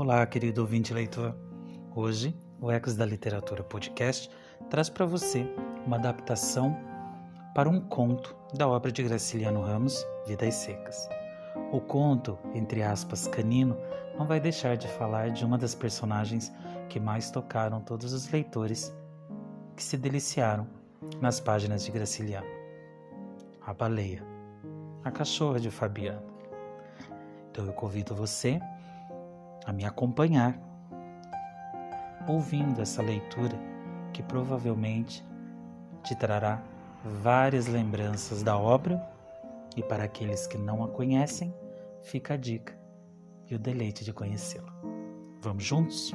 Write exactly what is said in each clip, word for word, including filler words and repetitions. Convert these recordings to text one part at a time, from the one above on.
Olá, querido ouvinte e leitor. Hoje, o Ecos da Literatura Podcast traz para você uma adaptação para um conto da obra de Graciliano Ramos, Vidas Secas. O conto, entre aspas, canino, não vai deixar de falar de uma das personagens que mais tocaram todos os leitores que se deliciaram nas páginas de Graciliano. A baleia, a cachorra de Fabiano. Então eu convido você a me acompanhar, ouvindo essa leitura que provavelmente te trará várias lembranças da obra, e para aqueles que não a conhecem, fica a dica e o deleite de conhecê-la. Vamos juntos?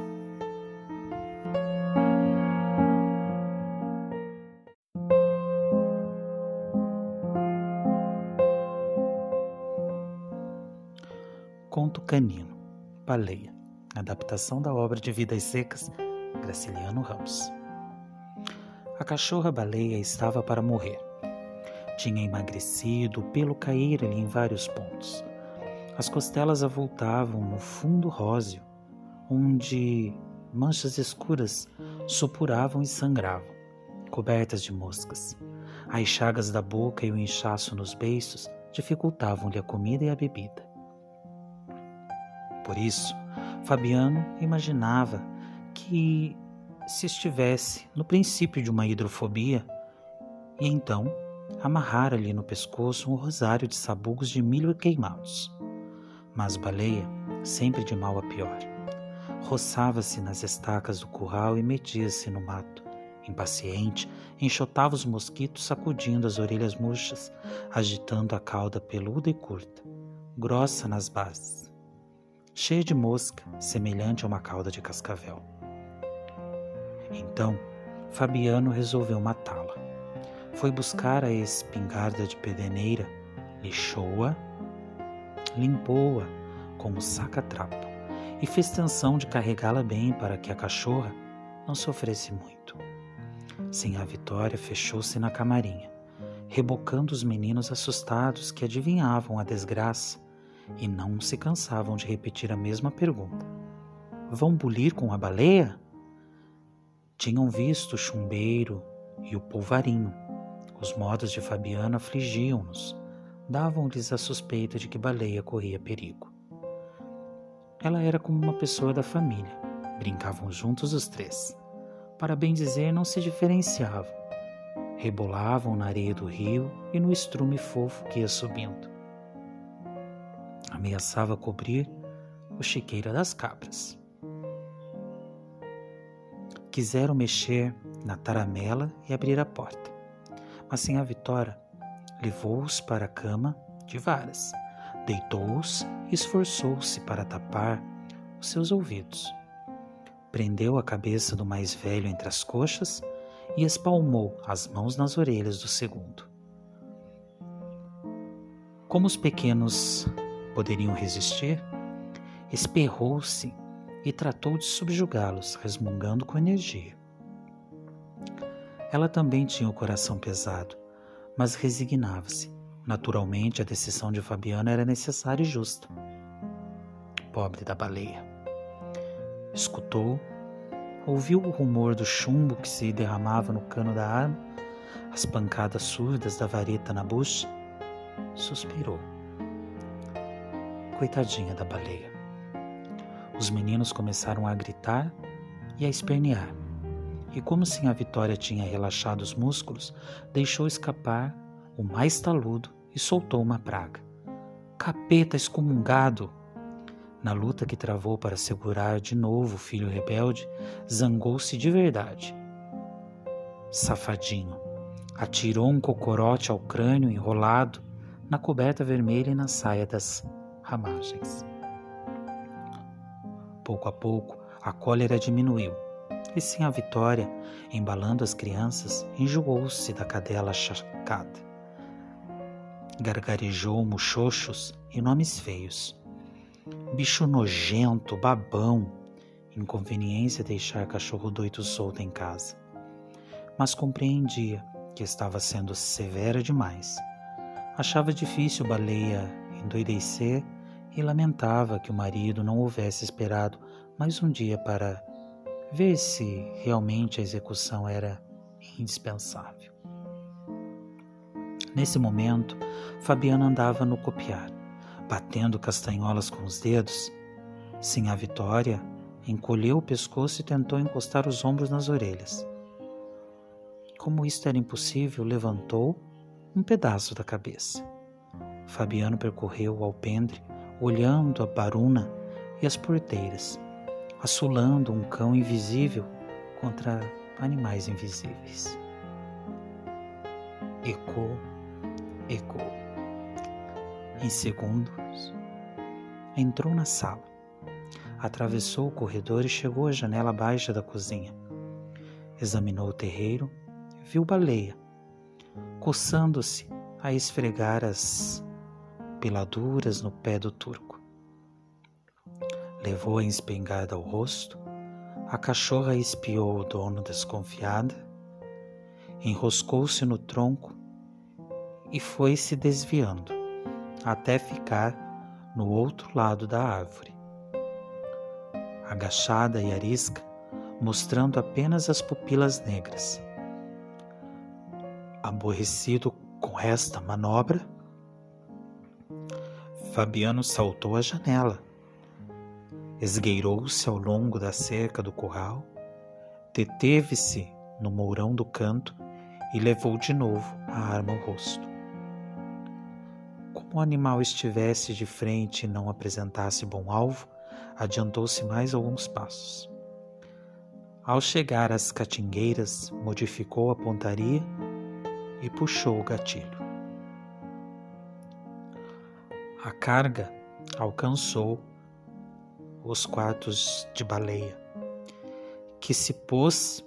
Conto canino, Baleia, adaptação da obra de Vidas Secas, Graciliano Ramos. A cachorra-baleia estava para morrer. Tinha emagrecido, o pelo caíra-lhe em vários pontos. As costelas avultavam no fundo róseo, onde manchas escuras supuravam e sangravam, cobertas de moscas. As chagas da boca e o inchaço nos beiços dificultavam-lhe a comida e a bebida. Por isso, Fabiano imaginava que se estivesse no princípio de uma hidrofobia, e então amarrara-lhe no pescoço um rosário de sabugos de milho queimados. Mas Baleia, sempre de mal a pior, roçava-se nas estacas do curral e metia-se no mato. Impaciente, enxotava os mosquitos, sacudindo as orelhas murchas, agitando a cauda peluda e curta, grossa nas bases, cheia de mosca, semelhante a uma cauda de cascavel. Então, Fabiano resolveu matá-la. Foi buscar a espingarda de pedeneira, lixou-a, limpou-a como saca-trapo e fez tensão de carregá-la bem para que a cachorra não sofresse muito. Sem a vitória, fechou-se na camarinha, rebocando os meninos assustados que adivinhavam a desgraça e não se cansavam de repetir a mesma pergunta. Vão bulir com a baleia? Tinham visto o chumbeiro e o polvarinho. Os modos de Fabiano afligiam-nos, davam-lhes a suspeita de que Baleia corria perigo. Ela era como uma pessoa da família, brincavam juntos os três. Para bem dizer, não se diferenciavam. Rebolavam na areia do rio e no estrume fofo que ia subindo. Ameaçava cobrir o chiqueiro das cabras. Quiseram mexer na taramela e abrir a porta, mas sem a vitória, levou-os para a cama de varas, deitou-os e esforçou-se para tapar os seus ouvidos. Prendeu a cabeça do mais velho entre as coxas e espalmou as mãos nas orelhas do segundo. Como os pequenos poderiam resistir, esperrou-se e tratou de subjugá-los, resmungando com energia. Ela também tinha o coração pesado, mas resignava-se. Naturalmente, a decisão de Fabiano era necessária e justa. Pobre da baleia. Escutou, ouviu o rumor do chumbo que se derramava no cano da arma, as pancadas surdas da vareta na bucha, suspirou. Coitadinha da baleia. Os meninos começaram a gritar e a espernear, e como sem a vitória tinha relaxado os músculos, deixou escapar o mais taludo e soltou uma praga. Capeta excomungado! Na luta que travou para segurar de novo o filho rebelde, zangou-se de verdade. Safadinho! Atirou um cocorote ao crânio enrolado na coberta vermelha e na saia das ramagens. Pouco a pouco, a cólera diminuiu, e sem a vitória, embalando as crianças, enjoou-se da cadela achacada. Gargarejou muxoxos e nomes feios. Bicho nojento, babão, inconveniência deixar cachorro doido solto em casa. Mas compreendia que estava sendo severa demais. Achava difícil Baleia endoidecer e lamentava que o marido não houvesse esperado mais um dia para ver se realmente a execução era indispensável. Nesse momento, Fabiano andava no copiar, batendo castanholas com os dedos. Sinhá Vitória encolheu o pescoço e tentou encostar os ombros nas orelhas. Como isto era impossível, levantou um pedaço da cabeça. Fabiano percorreu o alpendre, olhando a baruna e as porteiras, assolando um cão invisível contra animais invisíveis. Ecoou, ecoou. Em segundos, entrou na sala, atravessou o corredor e chegou à janela baixa da cozinha. Examinou o terreiro, viu Baleia, coçando-se a esfregar as peladuras no pé do turco. Levou a espingarda ao rosto, a cachorra espiou o dono desconfiada, enroscou-se no tronco e foi se desviando, até ficar no outro lado da árvore. Agachada e arisca, mostrando apenas as pupilas negras. Aborrecido com esta manobra, Fabiano saltou à janela, esgueirou-se ao longo da cerca do curral, deteve-se no mourão do canto e levou de novo a arma ao rosto. Como o animal estivesse de frente e não apresentasse bom alvo, adiantou-se mais alguns passos. Ao chegar às catingueiras, modificou a pontaria e puxou o gatilho. A carga alcançou os quartos de Baleia, que se pôs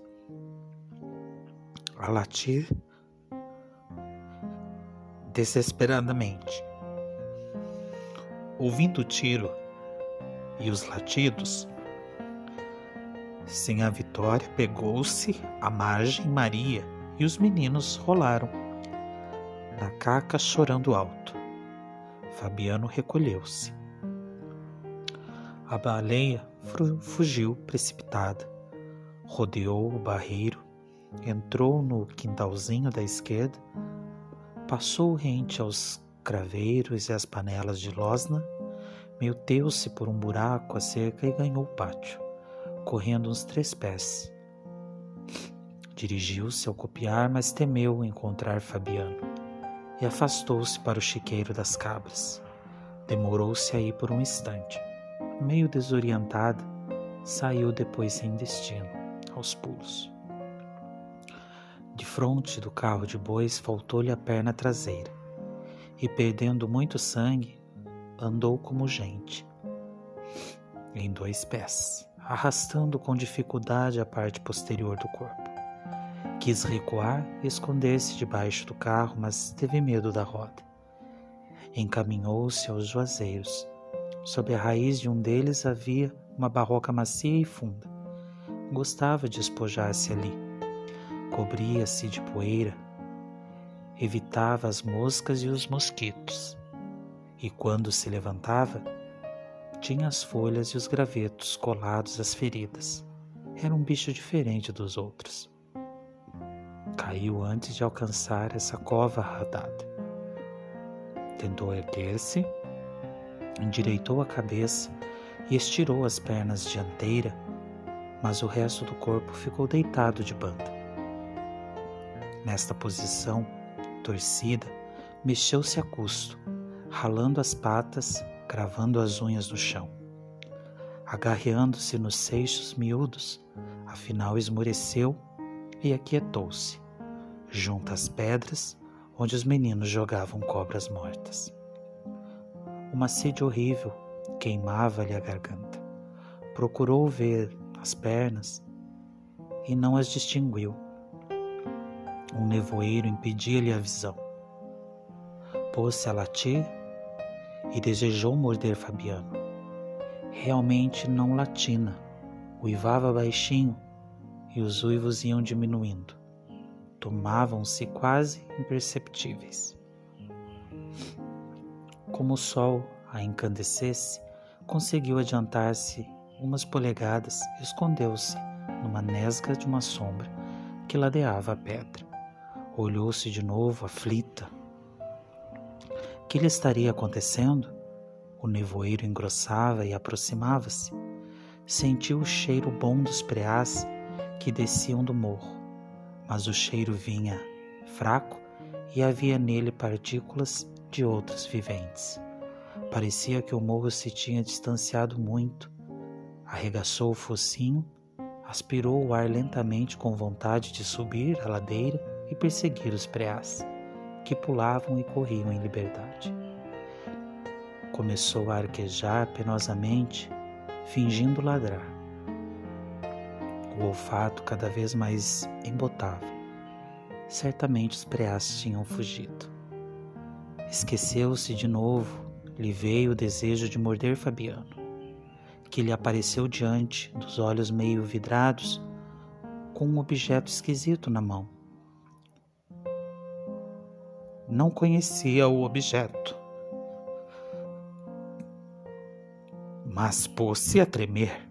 a latir desesperadamente. Ouvindo o tiro e os latidos, Sinhá Vitória pegou-se à margem Maria e os meninos rolaram na caca chorando alto. Fabiano recolheu-se. A Baleia fugiu precipitada, rodeou o barreiro, entrou no quintalzinho da esquerda, passou rente aos craveiros e às panelas de losna, meteu-se por um buraco à cerca e ganhou o pátio, correndo uns três pés. Dirigiu-se ao copiar, mas temeu encontrar Fabiano e afastou-se para o chiqueiro das cabras. Demorou-se aí por um instante. Meio desorientada, saiu depois sem destino, aos pulos. De frente do carro de bois faltou-lhe a perna traseira, e perdendo muito sangue, andou como gente, em dois pés, arrastando com dificuldade a parte posterior do corpo. Quis recuar e esconder-se debaixo do carro, mas teve medo da roda. Encaminhou-se aos juazeiros. Sob a raiz de um deles havia uma barroca macia e funda. Gostava de espojar-se ali. Cobria-se de poeira, evitava as moscas e os mosquitos, e quando se levantava, tinha as folhas e os gravetos colados às feridas. Era um bicho diferente dos outros. Caiu antes de alcançar essa cova arradada. Tentou erguer-se, endireitou a cabeça e estirou as pernas dianteiras, mas o resto do corpo ficou deitado de banda. Nesta posição, torcida, mexeu-se a custo, ralando as patas, cravando as unhas no chão. Agarreando-se nos seixos miúdos, afinal esmoreceu e aquietou-se, junto às pedras onde os meninos jogavam cobras mortas. Uma sede horrível queimava-lhe a garganta. Procurou ver as pernas e não as distinguiu. Um nevoeiro impedia-lhe a visão. Pôs-se a latir e desejou morder Fabiano. Realmente não latina, uivava baixinho e os uivos iam diminuindo. Tomavam-se quase imperceptíveis. Como o sol a incandescesse, conseguiu adiantar-se umas polegadas e escondeu-se numa nesga de uma sombra que ladeava a pedra. Olhou-se de novo, aflita. Que lhe estaria acontecendo? O nevoeiro engrossava e aproximava-se. Sentiu o cheiro bom dos preás que desciam do morro, mas o cheiro vinha fraco e havia nele partículas de outros viventes. Parecia que o morro se tinha distanciado muito. Arregaçou o focinho, aspirou o ar lentamente com vontade de subir a ladeira e perseguir os preás, que pulavam e corriam em liberdade. Começou a arquejar penosamente, fingindo ladrar. O olfato cada vez mais embotava. Certamente os preás tinham fugido. Esqueceu-se de novo, lhe veio o desejo de morder Fabiano, que lhe apareceu diante dos olhos meio vidrados, com um objeto esquisito na mão. Não conhecia o objeto, mas pôs-se a tremer,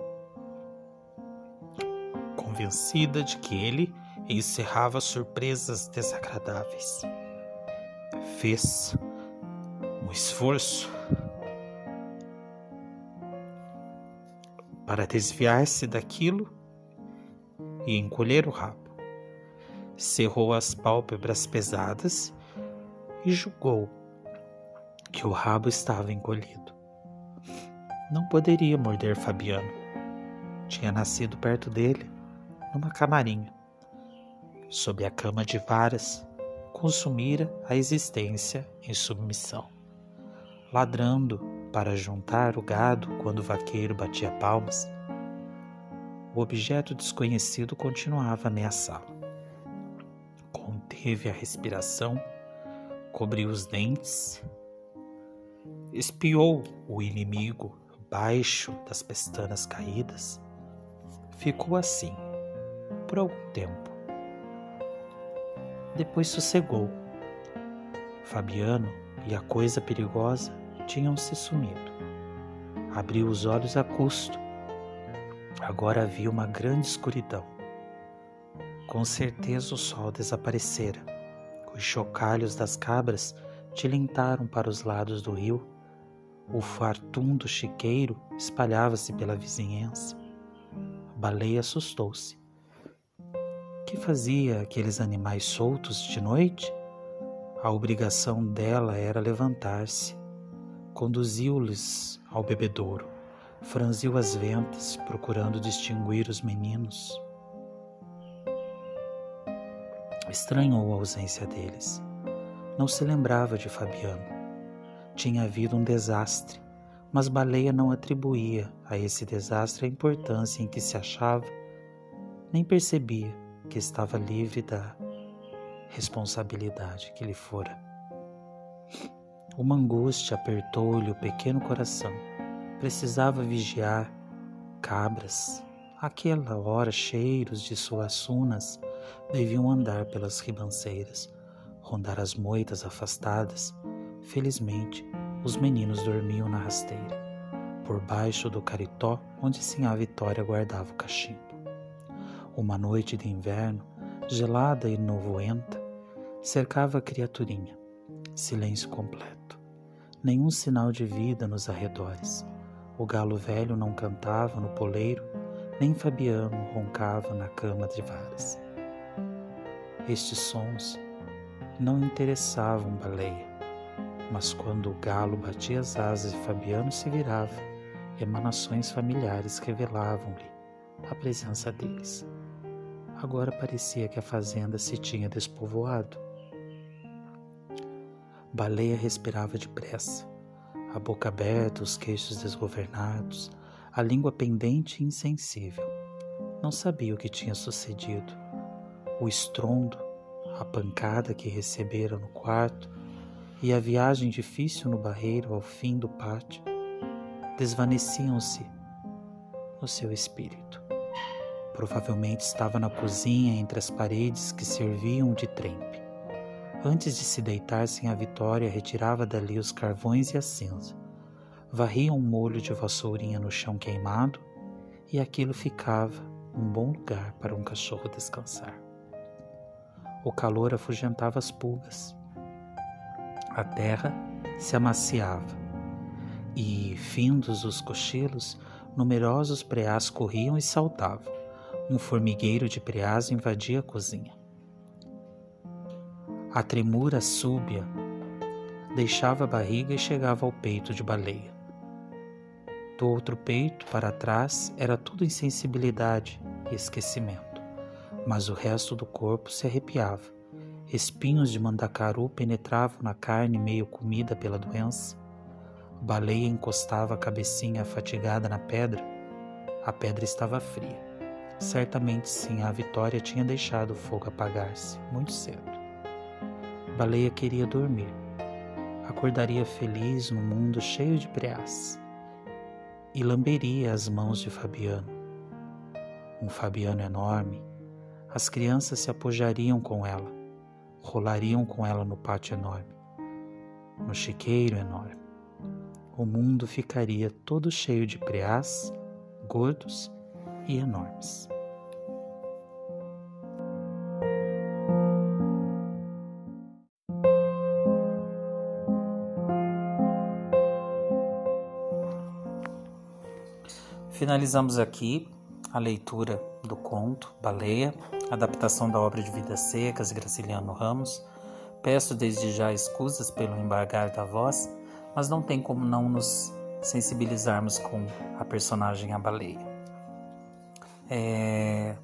convencida de que ele encerrava surpresas desagradáveis. Fez um esforço para desviar-se daquilo e encolher o rabo. Cerrou as pálpebras pesadas e julgou que o rabo estava encolhido. Não poderia morder Fabiano. Tinha nascido perto dele, numa camarinha, sob a cama de varas, consumira a existência em submissão, ladrando para juntar o gado quando o vaqueiro batia palmas. O objeto desconhecido continuava a ameaçá-lo. Conteve a respiração, cobriu os dentes, espiou o inimigo baixo das pestanas caídas. Ficou assim por algum tempo. Depois sossegou. Fabiano e a coisa perigosa tinham se sumido. Abriu os olhos a custo. Agora havia uma grande escuridão. Com certeza o sol desaparecera. Os chocalhos das cabras tilintaram para os lados do rio. O fartum do chiqueiro espalhava-se pela vizinhança. A baleia assustou-se. Que fazia aqueles animais soltos de noite? A obrigação dela era levantar-se. Conduziu-lhes ao bebedouro. Franziu as ventas, procurando distinguir os meninos. Estranhou a ausência deles. Não se lembrava de Fabiano. Tinha havido um desastre, mas Baleia não atribuía a esse desastre a importância em que se achava, nem percebia que estava livre da responsabilidade que lhe fora. Uma angústia apertou-lhe o pequeno coração. Precisava vigiar cabras. Àquela hora, cheiros de suassunas deviam andar pelas ribanceiras, rondar as moitas afastadas. Felizmente, os meninos dormiam na rasteira, por baixo do caritó onde Sinhá Vitória guardava o cachimbo. Uma noite de inverno, gelada e nevoenta, cercava a criaturinha. Silêncio completo. Nenhum sinal de vida nos arredores. O galo velho não cantava no poleiro, nem Fabiano roncava na cama de varas. Estes sons não interessavam Baleia, mas quando o galo batia as asas e Fabiano se virava, emanações familiares revelavam-lhe a presença deles. Agora parecia que a fazenda se tinha despovoado. Baleia respirava depressa, a boca aberta, os queixos desgovernados, a língua pendente e insensível. Não sabia o que tinha sucedido. O estrondo, a pancada que recebera no quarto e a viagem difícil no barreiro ao fim do pátio desvaneciam-se no seu espírito. Provavelmente estava na cozinha entre as paredes que serviam de trempe. Antes de se deitar sem a Vitória, retirava dali os carvões e a cinza. varria um molho de vassourinha no chão queimado e aquilo ficava um bom lugar para um cachorro descansar. O calor afugentava as pulgas. A terra se amaciava e, findos os cochilos, numerosos preás corriam e saltavam. Um formigueiro de preás invadia a cozinha. A tremura súbia deixava a barriga e chegava ao peito de Baleia. Do outro peito para trás era tudo insensibilidade e esquecimento, mas o resto do corpo se arrepiava. Espinhos de mandacaru penetravam na carne meio comida pela doença. Baleia encostava a cabecinha fatigada na pedra. A pedra estava fria. Certamente sim, a Vitória tinha deixado o fogo apagar-se muito cedo. Baleia queria dormir. Acordaria feliz num mundo cheio de preás. E lamberia as mãos de Fabiano. Um Fabiano enorme. As crianças se apojariam com ela. Rolariam com ela no pátio enorme. No chiqueiro enorme. O mundo ficaria todo cheio de preás, gordos e enormes. Finalizamos aqui a leitura do conto Baleia, adaptação da obra de Vidas Secas de Graciliano Ramos. Peço desde já escusas pelo embargar da voz, mas não tem como não nos sensibilizarmos com a personagem a baleia. É...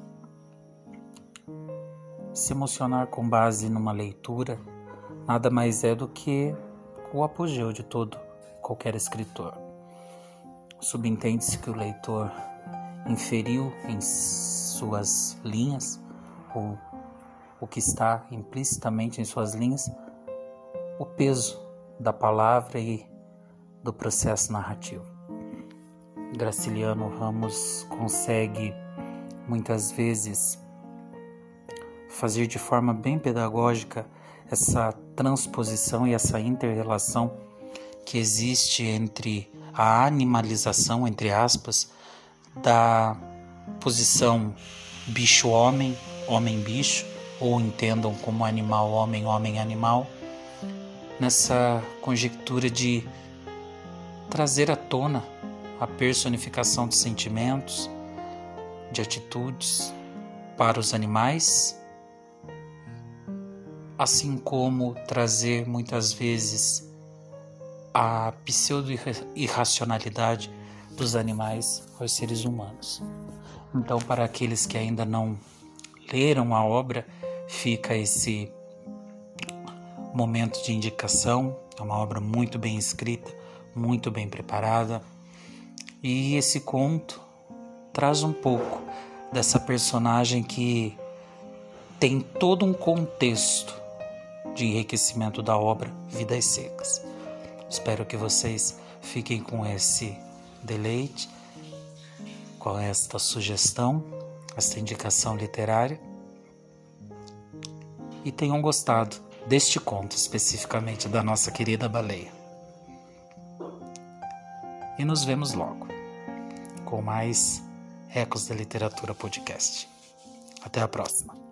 Se emocionar com base numa leitura nada mais é do que o apogeu de todo qualquer escritor. Subentende-se que o leitor inferiu em suas linhas, ou o que está implicitamente em suas linhas, o peso da palavra e do processo narrativo. Graciliano Ramos consegue muitas vezes fazer de forma bem pedagógica essa transposição e essa inter-relação que existe entre a animalização, entre aspas, da posição bicho-homem, homem-bicho, ou entendam como animal-homem, homem-animal, nessa conjectura de trazer à tona a personificação de sentimentos, de atitudes para os animais, assim como trazer muitas vezes a pseudo-irracionalidade dos animais aos seres humanos. Então, para aqueles que ainda não leram a obra, fica esse momento de indicação. É uma obra muito bem escrita, muito bem preparada, e esse conto traz um pouco dessa personagem que tem todo um contexto de enriquecimento da obra Vidas Secas. Espero que vocês fiquem com esse deleite, com esta sugestão, esta indicação literária, e tenham gostado deste conto, especificamente da nossa querida Baleia. E nos vemos logo com mais Ecos da Literatura Podcast. Até a próxima.